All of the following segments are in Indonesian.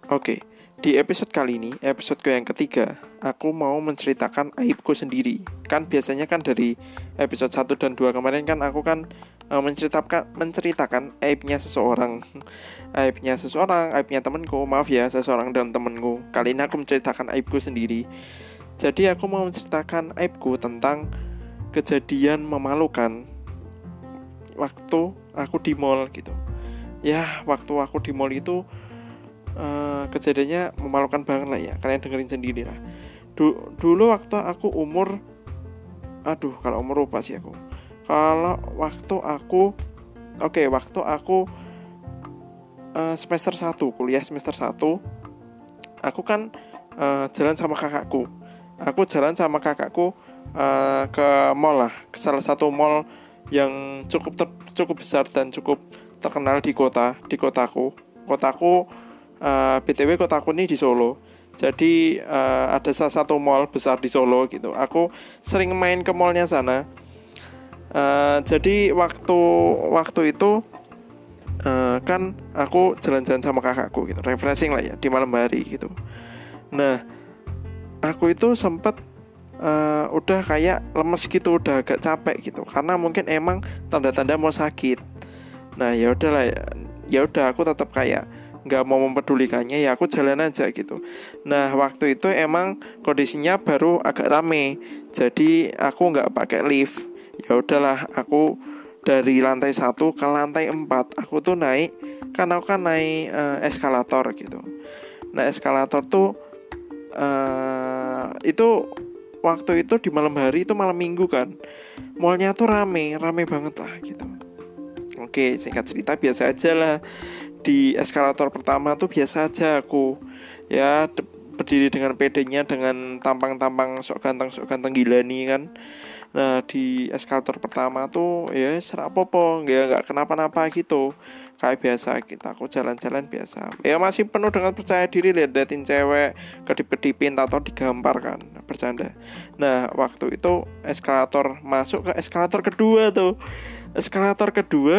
Oke, di episode kali ini, episodeku yang ketiga, aku mau menceritakan aibku sendiri. Kan biasanya kan dari episode 1 dan 2 kemarin kan aku kan menceritakan aibnya seseorang. Aibnya temanku, maaf ya seseorang dan temanku. Kali ini aku menceritakan aibku sendiri. Jadi aku mau menceritakan aibku tentang kejadian memalukan waktu aku di mall gitu. Ya, waktu aku di mall itu kejadiannya memalukan banget lah ya. Kalian dengerin sendiri lah. Dulu waktu aku umur, kalau umur lupa sih aku. Kalau waktu aku semester 1, kuliah semester 1, aku kan jalan sama kakakku. Ke mall lah, ke salah satu mall yang cukup besar dan cukup terkenal di kotaku. BTW kotaku ini di Solo. Jadi ada salah satu mall besar di Solo gitu. Aku sering main ke mallnya sana. Jadi waktu itu kan aku jalan-jalan sama kakakku gitu, refreshing lah ya di malam hari gitu. Nah, aku itu sempat udah kayak lemes gitu, udah agak capek gitu, karena mungkin emang tanda-tanda mau sakit. Nah ya udahlah, ya udah aku tetap kayak nggak mau mempedulikannya, ya aku jalan aja gitu. Nah waktu itu emang kondisinya baru agak rame, jadi aku nggak pakai lift. Ya udahlah, aku dari lantai 1 ke lantai 4 aku tuh naik, karena aku kan naik eskalator gitu. Nah eskalator tuh itu waktu itu di malam hari, itu malam minggu kan, mallnya tuh rame banget lah gitu. Oke, singkat cerita biasa aja lah. Di eskalator pertama tuh biasa aja aku, ya berdiri dengan pedenya, dengan tampang-tampang sok ganteng gila nih kan. Nah di eskalator pertama tuh ya serak popo, nggak kenapa-napa gitu, kayak biasa aku jalan-jalan biasa. Ya masih penuh dengan percaya diri, liatin cewek, kedip-kedipin atau digampar kan, bercanda. Nah waktu itu masuk ke eskalator kedua tuh. Eskalator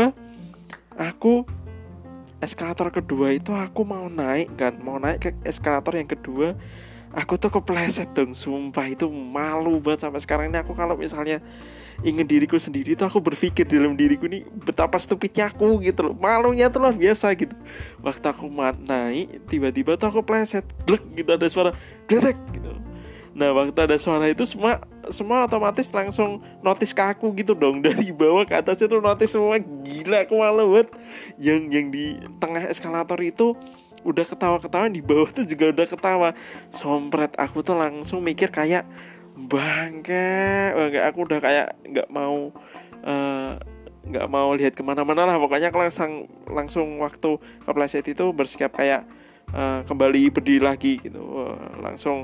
kedua itu aku mau naik ke eskalator yang kedua. Aku tuh kepleset dong, sumpah itu malu banget sampai sekarang ini. Aku kalau misalnya ingat diriku sendiri tuh aku berpikir dalam diriku ini betapa stupidnya aku gitu loh. Malunya tuh luar biasa gitu. Waktu aku naik, tiba-tiba tuh aku pleset, glek gitu, ada suara gledek gitu. Nah waktu ada suara itu semua otomatis langsung notice ke aku gitu dong. Dari bawah ke atas itu notice semua. Gila, aku malu banget. Yang di tengah eskalator itu udah ketawa-ketawa, di bawah tuh juga udah ketawa. Sompret, aku tuh langsung mikir kayak bangke. Aku udah kayak gak mau lihat kemana-mana lah. Pokoknya aku langsung waktu kepleset itu bersikap kayak kembali berdiri lagi gitu. Langsung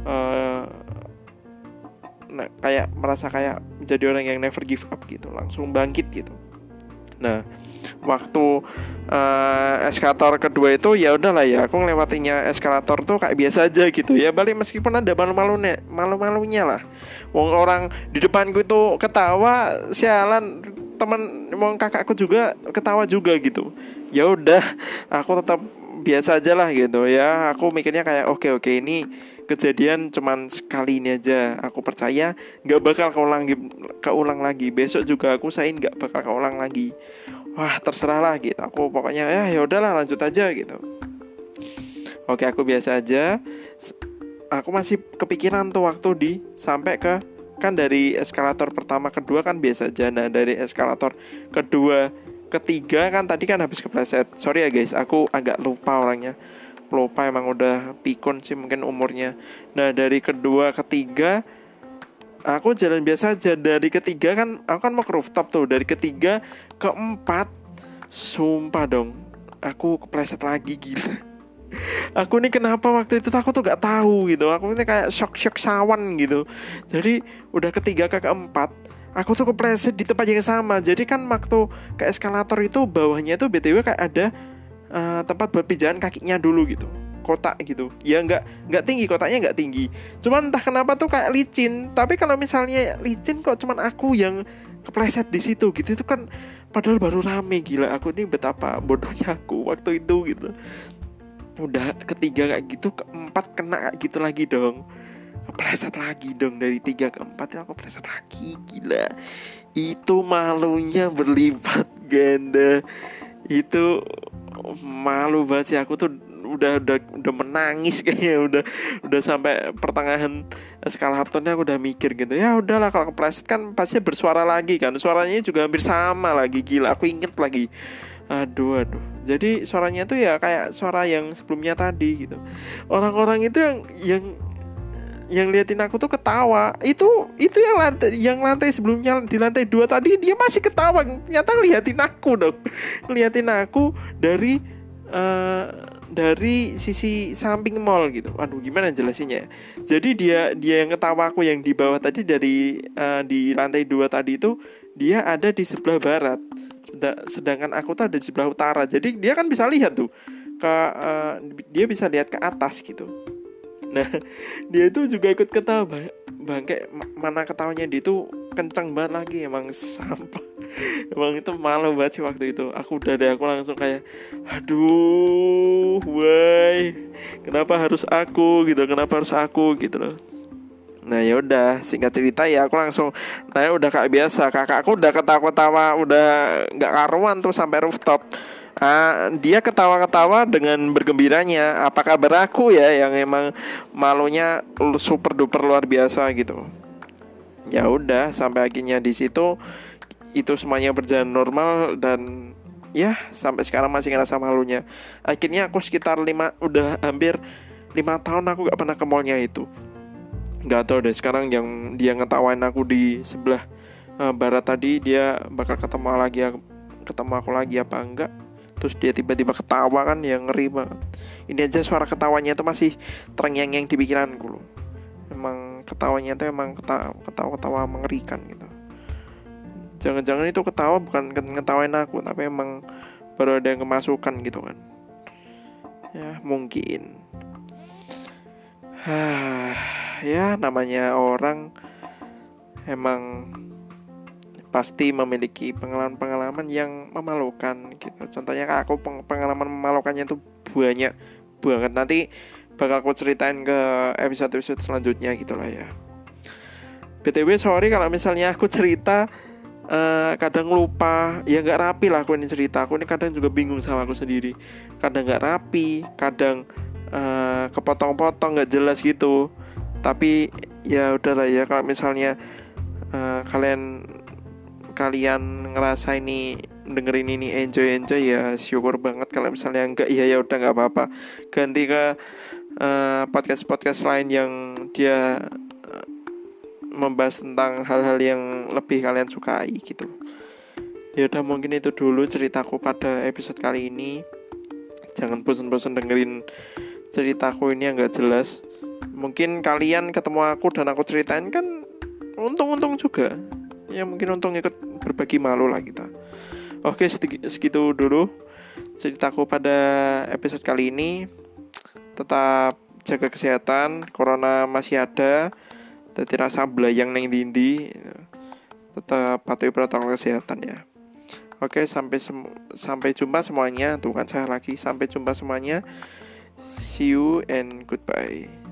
kayak merasa kayak menjadi orang yang never give up gitu, langsung bangkit gitu. Nah waktu eskalator kedua itu ya udahlah ya, aku ngelewatinya eskalator tuh kayak biasa aja gitu ya, balik meskipun ada malu-malunya lah. Wong orang di depanku itu ketawa, sialan, kakakku juga ketawa juga gitu. Ya udah, aku tetap biasa aja lah gitu ya. Aku mikirnya kayak oke, ini kejadian cuman sekali ini aja. Aku percaya gak bakal keulang lagi. Besok juga aku usahain gak bakal keulang lagi. Wah terserah lah gitu. Aku pokoknya ya udahlah, lanjut aja gitu. Oke, aku biasa aja. Aku masih kepikiran tuh waktu sampai ke, kan dari eskalator pertama kedua kan biasa aja. Nah dari eskalator kedua ketiga kan tadi kan habis kepleset. Sorry ya guys, aku agak lupa orangnya. Lupa, emang udah pikun sih mungkin umurnya. Nah dari kedua ketiga aku jalan biasa aja. Dari ketiga kan aku kan mau ke rooftop tuh. Dari ketiga ke 4, sumpah dong, aku kepleset lagi, gila. Aku nih kenapa waktu itu aku tuh gak tahu gitu. Aku ini kayak shock sawan gitu. Jadi udah ketiga ke 4, aku tuh kepleset di tempat yang sama. Jadi kan waktu ke eskalator itu bawahnya itu BTW kayak ada tempat buat pijakan kakinya dulu gitu, kotak gitu. Ya nggak tinggi, kotaknya nggak tinggi. Cuman entah kenapa tuh kayak licin. Tapi kalau misalnya licin kok cuman aku yang kepleset di situ gitu, itu kan padahal baru rame. Gila, aku ini betapa bodohnya aku waktu itu gitu. udah ketiga kayak gitu, keempat kena kayak gitu lagi dong, kepleset lagi dong, dari 3 ke 4 ya aku kepleset lagi. Gila, itu malunya berlipat ganda. Itu malu banget sih, aku tuh udah menangis kayaknya, udah sampai pertengahan eskalatornya aku udah mikir gitu, ya udahlah kalau kepleset kan pasti bersuara lagi kan, suaranya juga hampir sama lagi. Gila, aku inget lagi. Aduh. Jadi suaranya tuh ya kayak suara yang sebelumnya tadi gitu. Orang-orang itu yang liatin aku tuh ketawa. Itu yang lantai sebelumnya, di lantai 2 tadi dia masih ketawa. Ternyata ngeliatin aku dong. Ngeliatin aku dari sisi samping mall gitu. Aduh, gimana jelasinnya ya? Jadi dia yang ketawa aku yang di bawah tadi, dari di lantai 2 tadi itu dia ada di sebelah barat. Sedangkan aku tuh ada di sebelah utara. Jadi dia kan bisa lihat tuh dia bisa lihat ke atas gitu. Nah, dia itu juga ikut ketawa. Bangke, mana ketawanya dia itu kenceng banget lagi. Emang sampah. Emang itu malu banget sih waktu itu. Aku langsung kayak, aduh, why? Kenapa harus aku gitu loh. Nah ya udah, singkat cerita ya aku langsung, nah ya udah kayak biasa, kakakku udah ketawa-ketawa, udah nggak karuan tuh sampai rooftop. Dia ketawa-ketawa dengan bergembiranya. Apa kabar aku ya yang emang malunya super duper luar biasa gitu. Ya udah, sampai akhirnya di situ itu semuanya berjalan normal, dan ya sampai sekarang masih ngerasa malunya. Akhirnya aku sekitar udah hampir 5 tahun aku gak pernah ke mallnya itu. Gak tahu deh sekarang yang dia ngetawain aku di sebelah barat tadi, dia bakal ketemu aku lagi apa enggak. Terus dia tiba-tiba ketawa kan, yang ngeri banget. Ini aja suara ketawanya itu masih terngiang-ngiang di pikiranku loh. Emang ketawanya itu emang ketawa mengerikan gitu. Jangan-jangan itu ketawa bukan ngetawain aku, tapi emang baru ada yang kemasukan gitu kan. Ya mungkin. Ya namanya orang emang pasti memiliki pengalaman-pengalaman yang memalukan gitu. Contohnya aku pengalaman memalukannya itu banyak banget. Nanti bakal aku ceritain ke episode-episode selanjutnya gitulah ya. BTW sorry kalau misalnya aku cerita kadang lupa, ya nggak rapi lah aku ini cerita. Aku ini kadang juga bingung sama aku sendiri. Kadang nggak rapi, kadang kepotong-potong, nggak jelas gitu. Tapi ya udahlah ya, kalau misalnya kalian ngerasa ini, dengerin ini enjoy ya syukur banget. Kalau misalnya enggak, ya udah nggak apa-apa. Ganti ke podcast lain yang dia membahas tentang hal-hal yang lebih kalian sukai gitu. Ya udah, mungkin itu dulu ceritaku pada episode kali ini. Jangan bosan-bosan dengerin ceritaku ini yang gak jelas. Mungkin kalian ketemu aku dan aku ceritain kan untung-untung juga. Ya mungkin untung ikut berbagi malu lah kita. Oke, segitu dulu ceritaku pada episode kali ini. Tetap jaga kesehatan, corona masih ada. Jadi rasa belayang neng dindi, tetap patuhi protokol kesehatan ya. Oke, sampai jumpa semuanya. Tuh kan saya lagi, sampai jumpa semuanya. See you and goodbye.